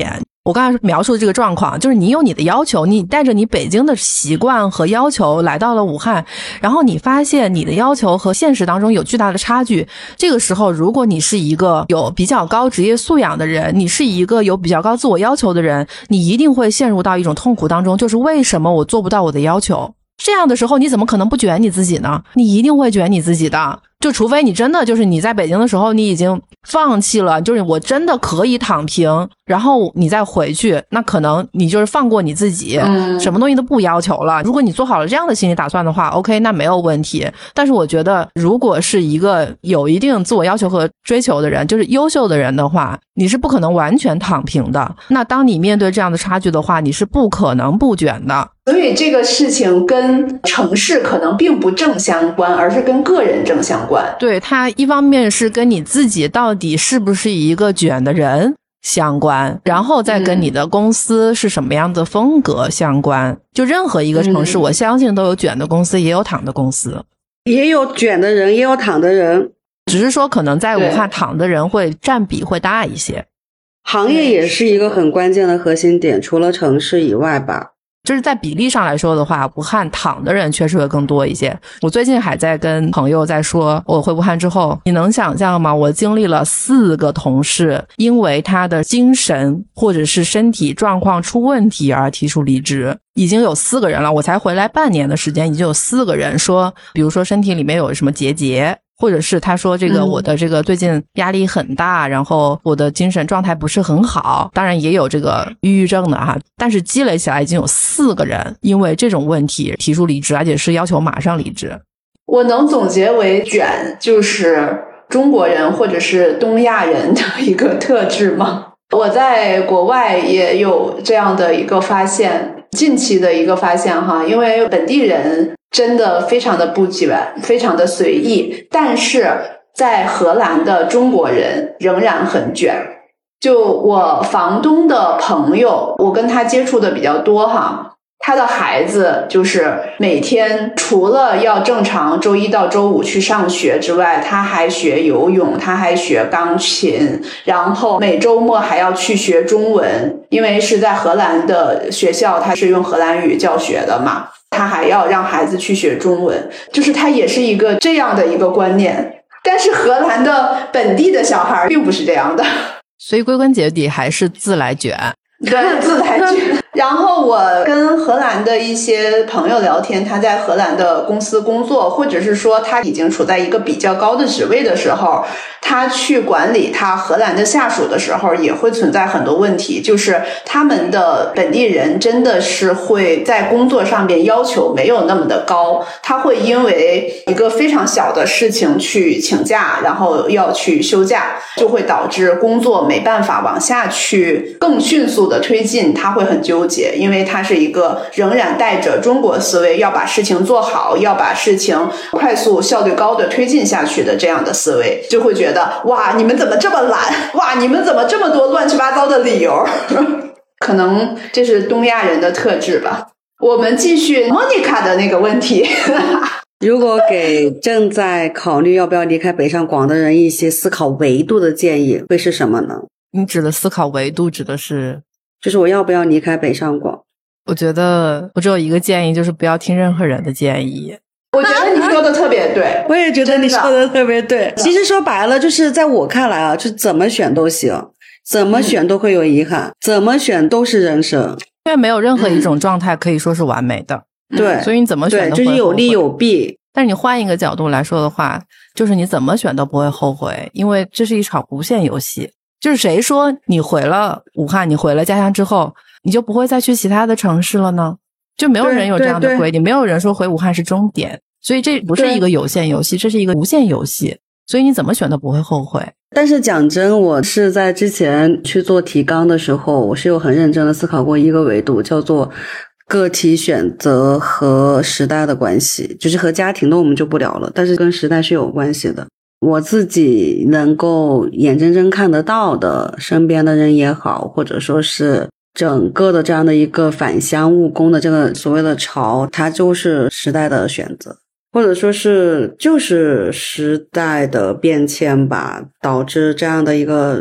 我刚才描述的这个状况，就是你有你的要求，你带着你北京的习惯和要求来到了武汉，然后你发现你的要求和现实当中有巨大的差距。这个时候，如果你是一个有比较高职业素养的人，你是一个有比较高自我要求的人，你一定会陷入到一种痛苦当中，就是为什么我做不到我的要求？这样的时候你怎么可能不卷你自己呢？你一定会卷你自己的，就除非你真的就是你在北京的时候你已经放弃了，就是我真的可以躺平，然后你再回去，那可能你就是放过你自己，什么东西都不要求了。如果你做好了这样的心理打算的话 OK 那没有问题。但是我觉得如果是一个有一定自我要求和追求的人，就是优秀的人的话，你是不可能完全躺平的。那当你面对这样的差距的话，你是不可能不卷的。 所以这个事情跟城市可能并不正相关，而是跟个人正相关。 对，它一方面是跟你自己到底是不是一个卷的人相关，然后再跟你的公司是什么样的风格相关。就任何一个城市，我相信都有卷的公司，也有躺的公司， 也有卷的人，也有躺的人， 只是说可能在武汉躺的人会占比会大一些。 行业也是一个很关键的核心点，除了城市以外吧。 就是在比例上来说的话，武汉躺的人确实会更多一些。我最近还在跟朋友在说，我回武汉之后，你能想象吗？我经历了4个同事因为他的精神或者是身体状况出问题而提出离职，已经有4个人了。我才回来半年的时间，已经有4个人说，比如说身体里面有什么结节，或者是他说这个我的这个最近压力很大，然后我的精神状态不是很好，当然也有这个抑郁症的哈，但是积累起来已经有4个人因为这种问题提出离职，而且是要求马上离职。 我能总结为卷就是中国人或者是东亚人的一个特质吗？我在国外也有这样的一个发现，近期的一个发现哈，因为本地人真的非常的不卷，非常的随意，但是在荷兰的中国人仍然很卷。就我房东的朋友，我跟他接触的比较多哈，他的孩子就是每天除了要正常周一到周五去上学之外，他还学游泳，他还学钢琴，然后每周末还要去学中文，因为是在荷兰的学校，他是用荷兰语教学的嘛，他还要让孩子去学中文，就是他也是一个这样的一个观念。但是荷兰的本地的小孩并不是这样的， 所以归根结底还是自来卷。 对，自来卷。然后我跟荷兰的一些朋友聊天，他在荷兰的公司工作，或者是说他已经处在一个比较高的职位的时候，他去管理他荷兰的下属的时候也会存在很多问题，就是他们的本地人真的是会在工作上面要求没有那么的高，他会因为一个非常小的事情去请假，然后要去休假，就会导致工作没办法往下去更迅速的推进，他会很纠结，因为他是一个仍然带着中国思维，要把事情做好，要把事情快速效率高的推进下去的这样的思维，就会觉得哇你们怎么这么懒，哇你们怎么这么多乱七八糟的理由可能这是东亚人的特质吧。我们继续 Monica 的那个问题如果给正在考虑要不要离开北上广的人一些思考维度的建议会是什么呢？ 你指的思考维度指的是就是我要不要离开北上广。 我觉得我只有一个建议，就是不要听任何人的建议。 我觉得你说的特别对我也觉得你说的特别对。其实说白了就是在我看来啊，就怎么选都行，怎么选都会有遗憾，怎么选都是人生， 因为没有任何一种状态可以说是完美的。 对， 所以你怎么选都会后悔， 对，就是有利有弊。 但是你换一个角度来说的话，就是你怎么选都不会后悔，因为这是一场无限游戏。就是谁说你回了武汉，你回了家乡之后你就不会再去其他的城市了呢？就没有人有这样的规定，没有人说回武汉是终点，所以这不是一个有限游戏，这是一个无限游戏，所以你怎么选都不会后悔。 但是讲真，我是在之前去做提纲的时候，我是有很认真的思考过一个维度，叫做个体选择和时代的关系，就是和家庭的我们就不聊了，但是跟时代是有关系的。我自己能够眼睁睁看得到的，身边的人也好，或者说是整个的这样的一个返乡务工的这个所谓的潮，它就是时代的选择，或者说是就是时代的变迁吧，导致这样的一个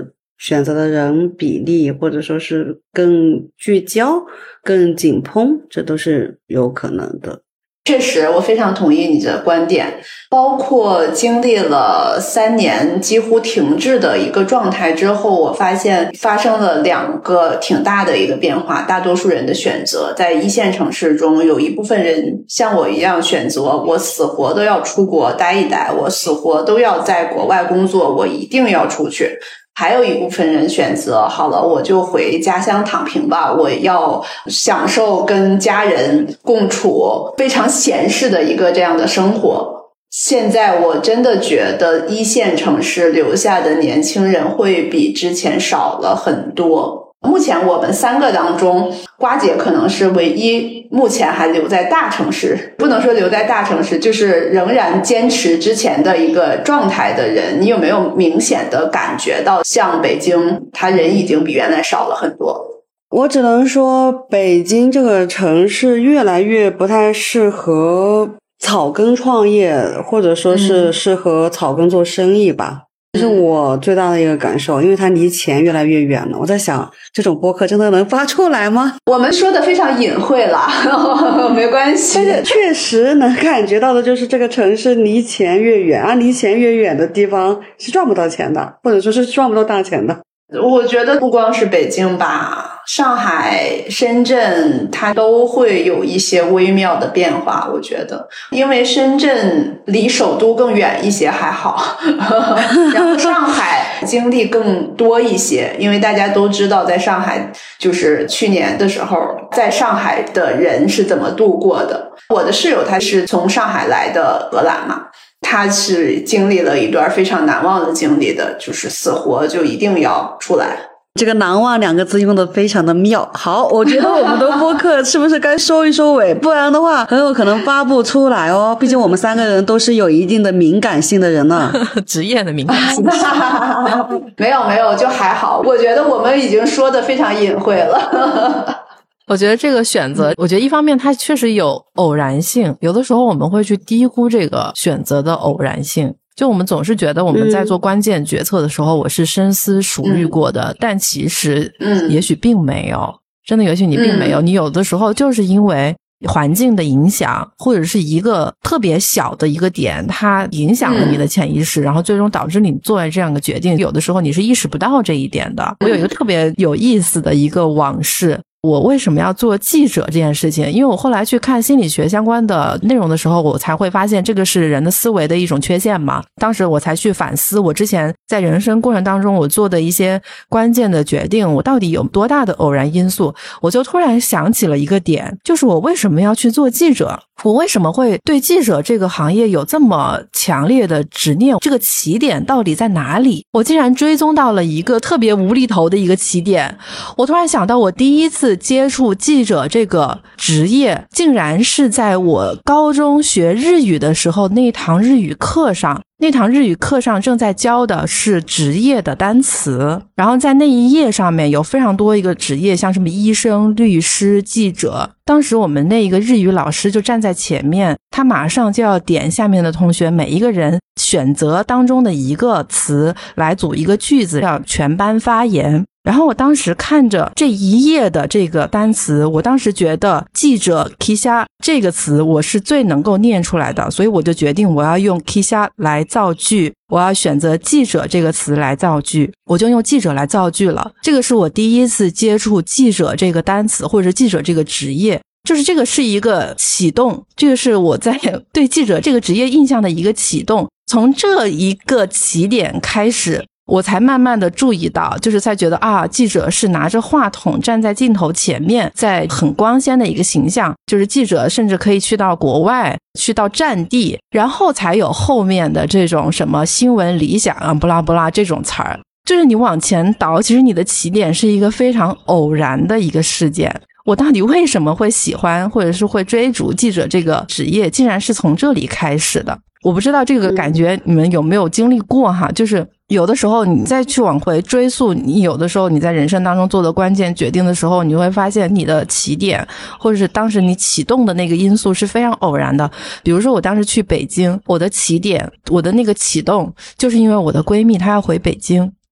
选择的人比例，或者说是更聚焦、更紧绷，这都是有可能的。 确实，我非常同意你的观点。包括经历了3年几乎停滞的一个状态之后，我发现发生了2个挺大的一个变化。大多数人的选择，在1线城市中，有一部分人像我一样选择，我死活都要出国待一待，我死活都要在国外工作，我一定要出去。还有一部分人选择，好了，我就回家乡躺平吧，我要享受跟家人共处非常闲适的一个这样的生活。现在我真的觉得1线城市留下的年轻人会比之前少了很多。目前我们3个当中，瓜姐可能是唯一目前还留在大城市，不能说留在大城市，就是仍然坚持之前的一个状态的人。你有没有明显的感觉到，像北京，它人已经比原来少了很多？ 我只能说，北京这个城市越来越不太适合草根创业，或者说是适合草根做生意吧。这是我最大的一个感受，因为它离钱越来越远了。我在想，这种播客真的能发出来吗？ 我们说的非常隐晦了，没关系。 但是确实能感觉到的就是这个城市离钱越远，而离钱越远的地方是赚不到钱的，或者说是赚不到大钱的。 我觉得不光是北京吧，上海、深圳它都会有一些微妙的变化。我觉得因为深圳离首都更远一些还好然后上海经历更多一些，因为大家都知道在上海，就是去年的时候在上海的人是怎么度过的。我的室友他是从上海来的荷兰嘛，他是经历了一段非常难忘的经历的，就是死活就一定要出来。 这个难忘2个字用的非常的妙。好，我觉得我们的播客是不是该收一收尾，不然的话很有可能发不出来哦。毕竟我们3个人都是有一定的敏感性的人呢职业的敏感性没有，就还好。我觉得我们已经说的非常隐晦了我觉得这个选择，我觉得一方面它确实有偶然性，有的时候我们会去低估这个选择的偶然性。就我们总是觉得我们在做关键决策的时候，我是深思熟虑过的，但其实也许并没有，真的也许你并没有，你有的时候就是因为环境的影响，或者是一个特别小的一个点，它影响了你的潜意识，然后最终导致你做了这样的决定，有的时候你是意识不到这一点的。我有一个特别有意思的一个往事，我为什么要做记者这件事情，因为我后来去看心理学相关的内容的时候，我才会发现这个是人的思维的一种缺陷嘛。当时我才去反思我之前在人生过程当中我做的一些关键的决定，我到底有多大的偶然因素。我就突然想起了一个点，就是我为什么要去做记者，我为什么会对记者这个行业有这么强烈的执念，这个起点到底在哪里。我竟然追踪到了一个特别无厘头的一个起点，我突然想到我第一次接触记者这个职业，竟然是在我高中学日语的时候那堂日语课上。那堂日语课上正在教的是职业的单词，然后在那一页上面有非常多一个职业，像什么医生、律师、记者。当时我们那一个日语老师就站在前面，他马上就要点下面的同学每一个人选择当中的一个词来组一个句子，要全班发言。然后我当时看着这一页的这个单词，我当时觉得记者 kisha 这个词我是最能够念出来的，所以我就决定我要用 kisha 来造句，我要选择记者这个词来造句，我就用记者来造句了。这个是我第一次接触记者这个单词，或者记者这个职业，就是这个是一个启动，这个是我在对记者这个职业印象的一个启动。从这一个起点开始，我才慢慢的注意到，就是才觉得啊，记者是拿着话筒站在镜头前面，在很光鲜的一个形象，就是记者甚至可以去到国外，去到战地，然后才有后面的这种什么新闻理想啊不拉不拉这种词儿。就是你往前倒，其实你的起点是一个非常偶然的一个事件。我到底为什么会喜欢或者是会追逐记者这个职业，竟然是从这里开始的。我不知道这个感觉你们有没有经历过哈，就是有的时候你再去往回追溯，你有的时候你在人生当中做的关键决定的时候，你会发现你的起点或者是当时你启动的那个因素是非常偶然的。比如说我当时去北京，我的起点，我的那个启动就是因为我的闺蜜她要回北京，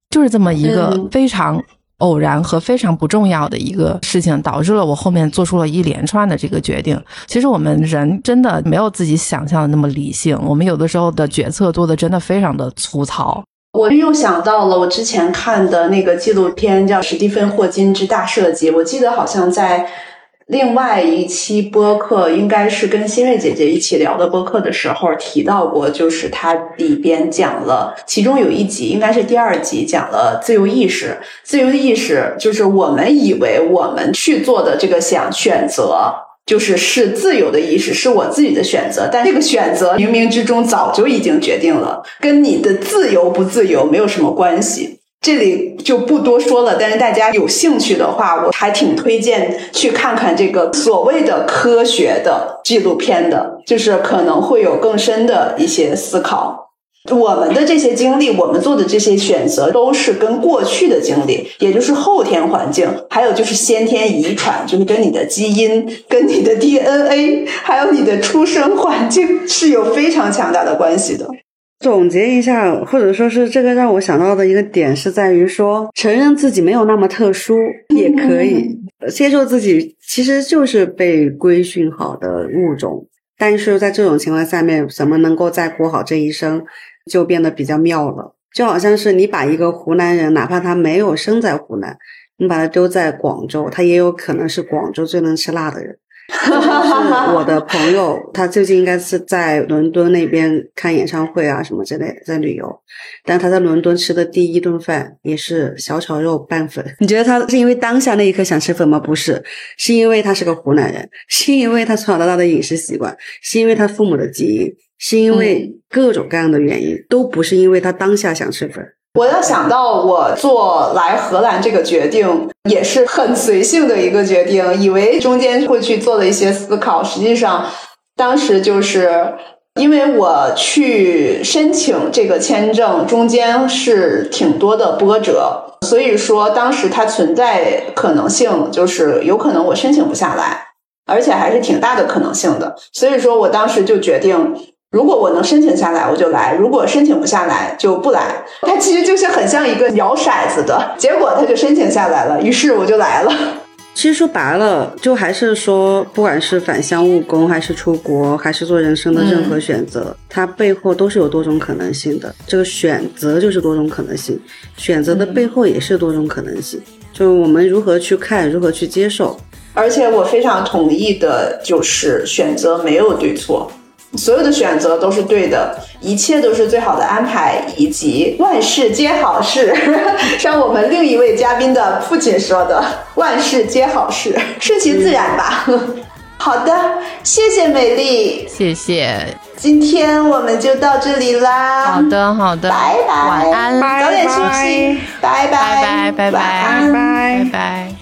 就是这么一个非常偶然和非常不重要的一个事情，导致了我后面做出了一连串的这个决定。其实我们人真的没有自己想象的那么理性，我们有的时候的决策做的真的非常的粗糙。 我又想到了我之前看的那个纪录片叫《史蒂芬·霍金之大设计》，我记得好像在另外一期播客，应该是跟新瑞姐姐一起聊的播客的时候提到过，就是它里边讲了，其中有一集应该是第2集，讲了自由意识。自由意识就是我们以为我们去做的这个选择是自由的意识，是我自己的选择，但这个选择冥冥之中早就已经决定了，跟你的自由不自由没有什么关系。这里就不多说了，但是大家有兴趣的话，我还挺推荐去看看这个所谓的科学的纪录片的，就是可能会有更深的一些思考。我们的这些经历，我们做的这些选择都是跟过去的经历，也就是后天环境，还有就是先天遗传，就是跟你的基因，跟你的 DNA， 还有你的出生环境是有非常强大的关系的。 总结一下，或者说是这个让我想到的一个点是在于说，承认自己没有那么特殊也可以，接受自己其实就是被规训好的物种，但是在这种情况下面，怎么能够再过好这一生就变得比较妙了。就好像是你把一个湖南人，哪怕他没有生在湖南，你把他丢在广州，他也有可能是广州最能吃辣的人。就是我的朋友，他最近应该是在伦敦那边看演唱会啊什么之类的，在旅游，但他在伦敦吃的第一顿饭也是小炒肉拌粉。你觉得他是因为当下那一刻想吃粉吗？不是，是因为他是个湖南人，是因为他从小到大的饮食习惯，是因为他父母的基因，是因为各种各样的原因，都不是因为他当下想吃粉。 我要想到我做来荷兰这个决定也是很随性的一个决定，以为中间会去做了一些思考，实际上当时就是因为我去申请这个签证中间是挺多的波折，所以说当时它存在可能性，就是有可能我申请不下来，而且还是挺大的可能性的。所以说我当时就决定，如果我能申请下来我就来，如果申请不下来就不来。它其实就是很像一个摇骰子的结果，它就申请下来了，于是我就来了。 其实说白了，就还是说不管是返乡务工还是出国还是做人生的任何选择，它背后都是有多种可能性的。这个选择就是多种可能性，选择的背后也是多种可能性，就我们如何去看，如何去接受。 而且我非常同意的就是选择没有对错，所有的选择都是对的，一切都是最好的安排，以及万事皆好事。像我们另一位嘉宾的父亲说的，万事皆好事，顺其自然吧。好的，谢谢美丽， 谢谢。 今天我们就到这里啦。 好的，好的， 拜拜， 晚安， 早点休息，拜拜， 拜拜，拜拜，拜拜。